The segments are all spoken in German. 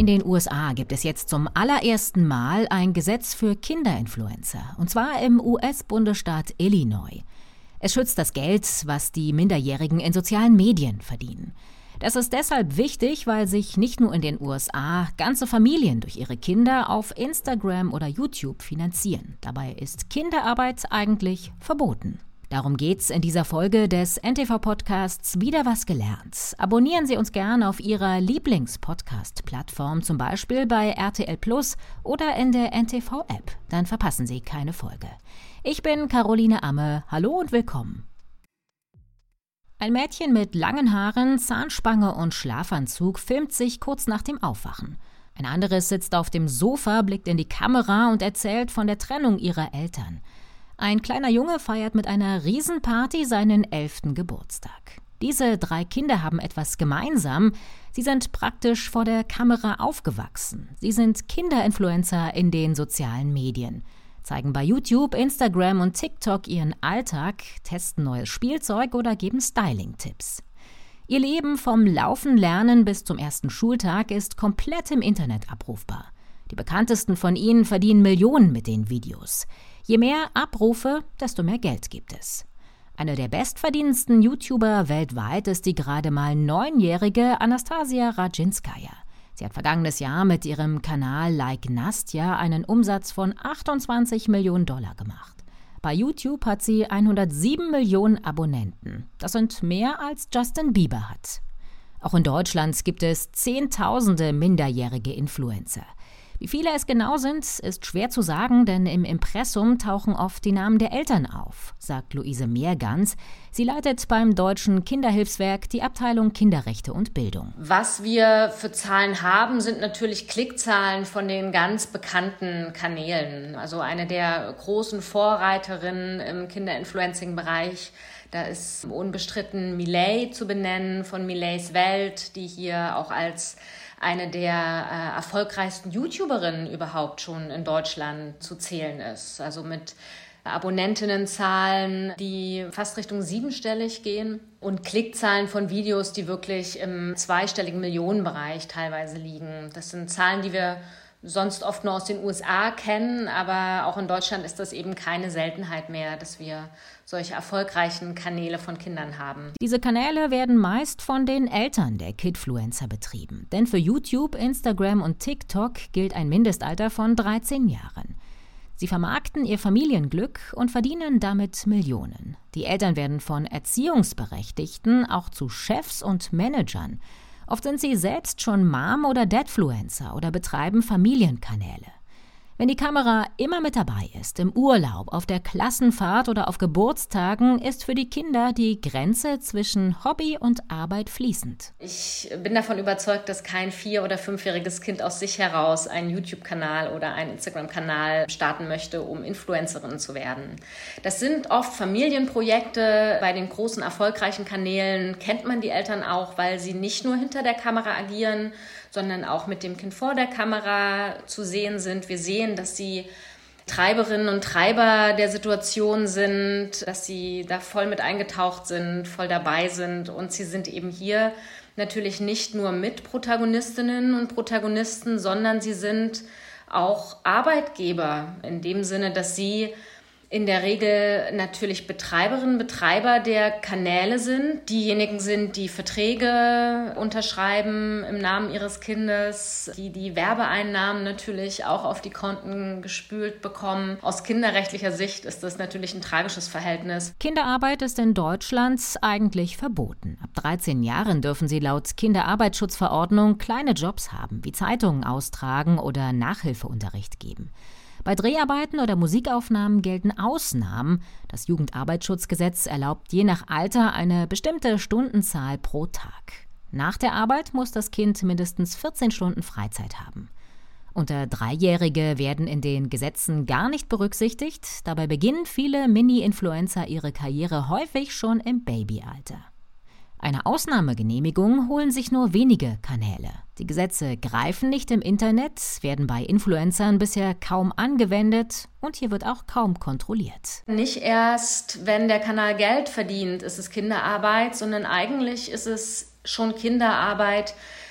In den USA gibt es jetzt zum allerersten Mal ein Gesetz für Kinderinfluencer, und zwar im US-Bundesstaat Illinois. Es schützt das Geld, was die Minderjährigen in sozialen Medien verdienen. Das ist deshalb wichtig, weil sich nicht nur in den USA ganze Familien durch ihre Kinder auf Instagram oder YouTube finanzieren. Dabei ist Kinderarbeit eigentlich verboten. Darum geht's in dieser Folge des NTV-Podcasts Wieder was gelernt. Abonnieren Sie uns gerne auf Ihrer Lieblings-Podcast-Plattform, zum Beispiel bei RTL Plus oder in der NTV-App. Dann verpassen Sie keine Folge. Ich bin Caroline Amme. Hallo und willkommen. Ein Mädchen mit langen Haaren, Zahnspange und Schlafanzug filmt sich kurz nach dem Aufwachen. Ein anderes sitzt auf dem Sofa, blickt in die Kamera und erzählt von der Trennung ihrer Eltern. Ein kleiner Junge feiert mit einer Riesenparty seinen 11. Geburtstag. Diese 3 Kinder haben etwas gemeinsam. Sie sind praktisch vor der Kamera aufgewachsen. Sie sind Kinderinfluencer in den sozialen Medien, zeigen bei YouTube, Instagram und TikTok ihren Alltag, testen neues Spielzeug oder geben Styling-Tipps. Ihr Leben vom Laufen lernen bis zum ersten Schultag ist komplett im Internet abrufbar. Die bekanntesten von ihnen verdienen Millionen mit den Videos. Je mehr Abrufe, desto mehr Geld gibt es. Eine der bestverdienendsten YouTuber weltweit ist die gerade mal 9-jährige Anastasia Radzinskaja. Sie hat vergangenes Jahr mit ihrem Kanal Like Nastya einen Umsatz von 28 Millionen Dollar gemacht. Bei YouTube hat sie 107 Millionen Abonnenten. Das sind mehr als Justin Bieber hat. Auch in Deutschland gibt es Zehntausende minderjährige Influencer. Wie viele es genau sind, ist schwer zu sagen, denn im Impressum tauchen oft die Namen der Eltern auf, sagt Luise Mehrgans. Sie leitet beim Deutschen Kinderhilfswerk die Abteilung Kinderrechte und Bildung. Was wir für Zahlen haben, sind natürlich Klickzahlen von den ganz bekannten Kanälen. Also eine der großen Vorreiterinnen im Kinderinfluencing-Bereich, da ist unbestritten Miley zu benennen von Mileys Welt, die hier auch als eine der erfolgreichsten YouTuberinnen überhaupt schon in Deutschland zu zählen ist. Also mit Abonnentinnenzahlen, die fast Richtung 7-stellig gehen und Klickzahlen von Videos, die wirklich im zweistelligen Millionenbereich teilweise liegen. Das sind Zahlen, die wir sonst oft nur aus den USA kennen, aber auch in Deutschland ist das eben keine Seltenheit mehr, dass wir solche erfolgreichen Kanäle von Kindern haben. Diese Kanäle werden meist von den Eltern der Kidfluencer betrieben. Denn für YouTube, Instagram und TikTok gilt ein Mindestalter von 13 Jahren. Sie vermarkten ihr Familienglück und verdienen damit Millionen. Die Eltern werden von Erziehungsberechtigten auch zu Chefs und Managern. Oft sind sie selbst schon Mom- oder Dadfluencer oder betreiben Familienkanäle. Wenn die Kamera immer mit dabei ist, im Urlaub, auf der Klassenfahrt oder auf Geburtstagen, ist für die Kinder die Grenze zwischen Hobby und Arbeit fließend. Ich bin davon überzeugt, dass kein 4- oder 5-jähriges Kind aus sich heraus einen YouTube-Kanal oder einen Instagram-Kanal starten möchte, um Influencerin zu werden. Das sind oft Familienprojekte. Bei den großen, erfolgreichen Kanälen kennt man die Eltern auch, weil sie nicht nur hinter der Kamera agieren, sondern auch mit dem Kind vor der Kamera zu sehen sind. Wir sehen, dass sie Treiberinnen und Treiber der Situation sind, dass sie da voll mit eingetaucht sind, voll dabei sind. Und sie sind eben hier natürlich nicht nur Mitprotagonistinnen und Protagonisten, sondern sie sind auch Arbeitgeber in dem Sinne, dass sie in der Regel natürlich Betreiberinnen, Betreiber der Kanäle sind. Diejenigen sind, die Verträge unterschreiben im Namen ihres Kindes, die Werbeeinnahmen natürlich auch auf die Konten gespült bekommen. Aus kinderrechtlicher Sicht ist das natürlich ein tragisches Verhältnis. Kinderarbeit ist in Deutschland eigentlich verboten. Ab 13 Jahren dürfen sie laut Kinderarbeitsschutzverordnung kleine Jobs haben, wie Zeitungen austragen oder Nachhilfeunterricht geben. Bei Dreharbeiten oder Musikaufnahmen gelten Ausnahmen. Das Jugendarbeitsschutzgesetz erlaubt je nach Alter eine bestimmte Stundenzahl pro Tag. Nach der Arbeit muss das Kind mindestens 14 Stunden Freizeit haben. Unter 3-Jährige werden in den Gesetzen gar nicht berücksichtigt. Dabei beginnen viele Mini-Influencer ihre Karriere häufig schon im Babyalter. Eine Ausnahmegenehmigung holen sich nur wenige Kanäle. Die Gesetze greifen nicht im Internet, werden bei Influencern bisher kaum angewendet und hier wird auch kaum kontrolliert. Nicht erst, wenn der Kanal Geld verdient, ist es Kinderarbeit, sondern eigentlich ist es schon Kinderarbeit,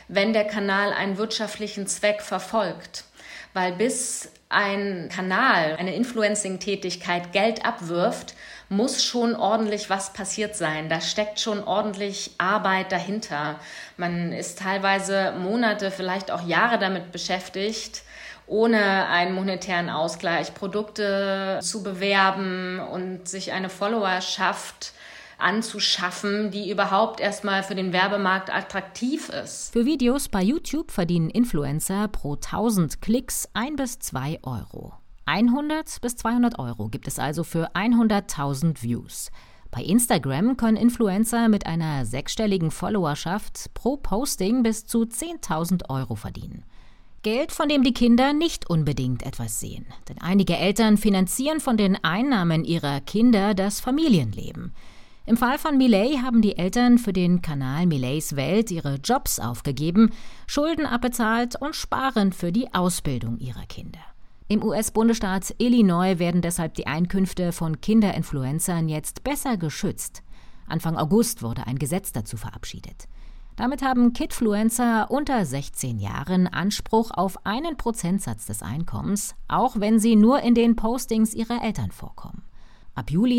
wenn der Kanal einen wirtschaftlichen Zweck verfolgt. Weil bis ein Kanal, eine Influencing-Tätigkeit Geld abwirft, muss schon ordentlich was passiert sein. Da steckt schon ordentlich Arbeit dahinter. Man ist teilweise Monate, vielleicht auch Jahre damit beschäftigt, ohne einen monetären Ausgleich Produkte zu bewerben und sich eine Followerschaft anzuschaffen, die überhaupt erstmal für den Werbemarkt attraktiv ist. Für Videos bei YouTube verdienen Influencer pro 1000 Klicks 1 bis 2 Euro. 100 bis 200 Euro gibt es also für 100.000 Views. Bei Instagram können Influencer mit einer 6-stelligen Followerschaft pro Posting bis zu 10.000 Euro verdienen. Geld, von dem die Kinder nicht unbedingt etwas sehen. Denn einige Eltern finanzieren von den Einnahmen ihrer Kinder das Familienleben. Im Fall von Miley haben die Eltern für den Kanal Mileys Welt ihre Jobs aufgegeben, Schulden abbezahlt und sparen für die Ausbildung ihrer Kinder. Im US-Bundesstaat Illinois werden deshalb die Einkünfte von Kinderinfluencern jetzt besser geschützt. Anfang August wurde ein Gesetz dazu verabschiedet. Damit haben Kidfluencer unter 16 Jahren Anspruch auf einen Prozentsatz des Einkommens, auch wenn sie nur in den Postings ihrer Eltern vorkommen. Ab Juli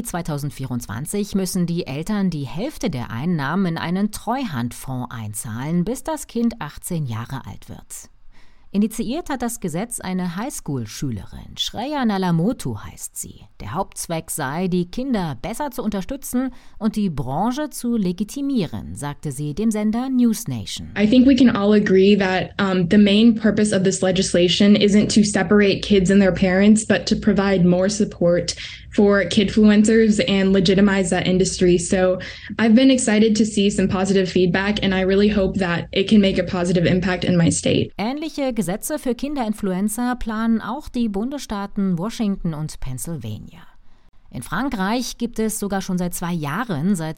2024 müssen die Eltern die Hälfte der Einnahmen in einen Treuhandfonds einzahlen, bis das Kind 18 Jahre alt wird. Initiiert hat das Gesetz eine Highschool-Schülerin. Shreya Nalamotu heißt sie. Der Hauptzweck sei, die Kinder besser zu unterstützen und die Branche zu legitimieren, sagte sie dem Sender News Nation. I think we can all agree that the main purpose of this legislation isn't to separate kids and their parents, but to provide more support for kidfluencers and legitimize that industry. So I've been excited to see some positive feedback and I really hope that it can make a positive impact in my state. Ähnliche Gesetze für Kinderinfluencer planen auch die Bundesstaaten Washington und Pennsylvania. In Frankreich gibt es sogar schon seit 2 Jahren, seit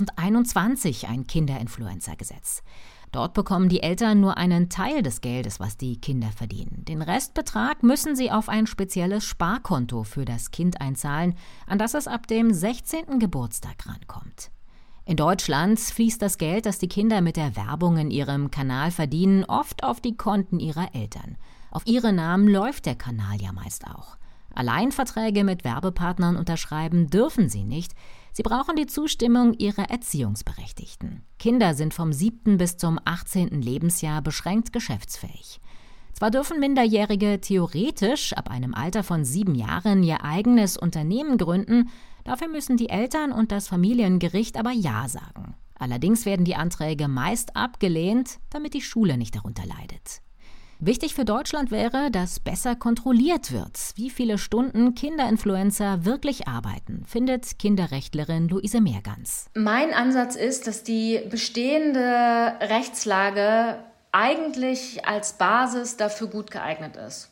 2021, ein Kinderinfluencer-Gesetz. Dort bekommen die Eltern nur einen Teil des Geldes, was die Kinder verdienen. Den Restbetrag müssen sie auf ein spezielles Sparkonto für das Kind einzahlen, an das es ab dem 16. Geburtstag rankommt. In Deutschland fließt das Geld, das die Kinder mit der Werbung in ihrem Kanal verdienen, oft auf die Konten ihrer Eltern. Auf ihre Namen läuft der Kanal ja meist auch. Alleinverträge mit Werbepartnern unterschreiben dürfen sie nicht. Sie brauchen die Zustimmung ihrer Erziehungsberechtigten. Kinder sind vom 7. bis zum 18. Lebensjahr beschränkt geschäftsfähig. Zwar dürfen Minderjährige theoretisch ab einem Alter von 7 Jahren ihr eigenes Unternehmen gründen, dafür müssen die Eltern und das Familiengericht aber Ja sagen. Allerdings werden die Anträge meist abgelehnt, damit die Schule nicht darunter leidet. Wichtig für Deutschland wäre, dass besser kontrolliert wird, wie viele Stunden Kinderinfluencer wirklich arbeiten, findet Kinderrechtlerin Luise Mehrgans. Mein Ansatz ist, dass die bestehende Rechtslage eigentlich als Basis dafür gut geeignet ist.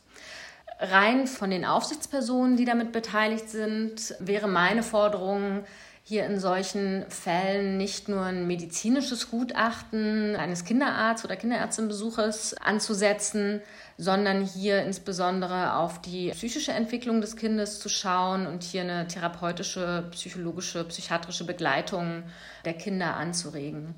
Rein von den Aufsichtspersonen, die damit beteiligt sind, wäre meine Forderung, hier in solchen Fällen nicht nur ein medizinisches Gutachten eines Kinderarztes oder Kinderärztinbesuches anzusetzen, sondern hier insbesondere auf die psychische Entwicklung des Kindes zu schauen und hier eine therapeutische, psychologische, psychiatrische Begleitung der Kinder anzuregen.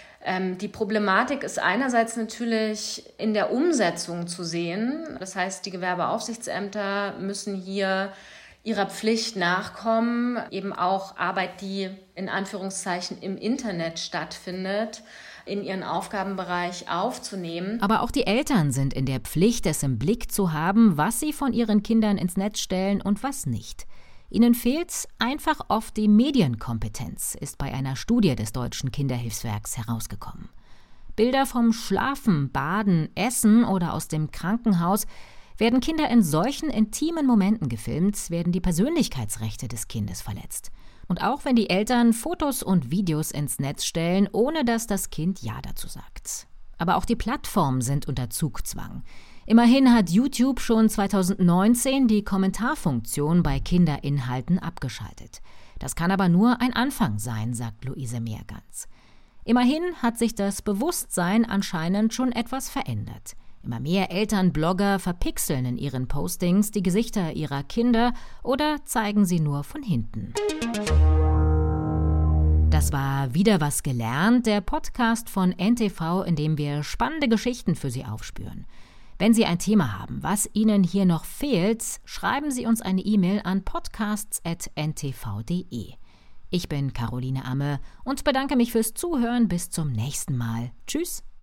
Die Problematik ist einerseits natürlich in der Umsetzung zu sehen. Das heißt, die Gewerbeaufsichtsämter müssen hier ihrer Pflicht nachkommen, eben auch Arbeit, die in Anführungszeichen im Internet stattfindet, in ihren Aufgabenbereich aufzunehmen. Aber auch die Eltern sind in der Pflicht, es im Blick zu haben, was sie von ihren Kindern ins Netz stellen und was nicht. Ihnen fehlt einfach oft die Medienkompetenz, ist bei einer Studie des Deutschen Kinderhilfswerks herausgekommen. Bilder vom Schlafen, Baden, Essen oder aus dem Krankenhaus. Werden Kinder in solchen intimen Momenten gefilmt, werden die Persönlichkeitsrechte des Kindes verletzt. Und auch wenn die Eltern Fotos und Videos ins Netz stellen, ohne dass das Kind Ja dazu sagt. Aber auch die Plattformen sind unter Zugzwang. Immerhin hat YouTube schon 2019 die Kommentarfunktion bei Kinderinhalten abgeschaltet. Das kann aber nur ein Anfang sein, sagt Luise Mehrgans. Immerhin hat sich das Bewusstsein anscheinend schon etwas verändert. Immer mehr Elternblogger verpixeln in ihren Postings die Gesichter ihrer Kinder oder zeigen sie nur von hinten. Das war Wieder was gelernt, der Podcast von NTV, in dem wir spannende Geschichten für Sie aufspüren. Wenn Sie ein Thema haben, was Ihnen hier noch fehlt, schreiben Sie uns eine E-Mail an podcasts@ntv.de. Ich bin Caroline Amme und bedanke mich fürs Zuhören. Bis zum nächsten Mal. Tschüss.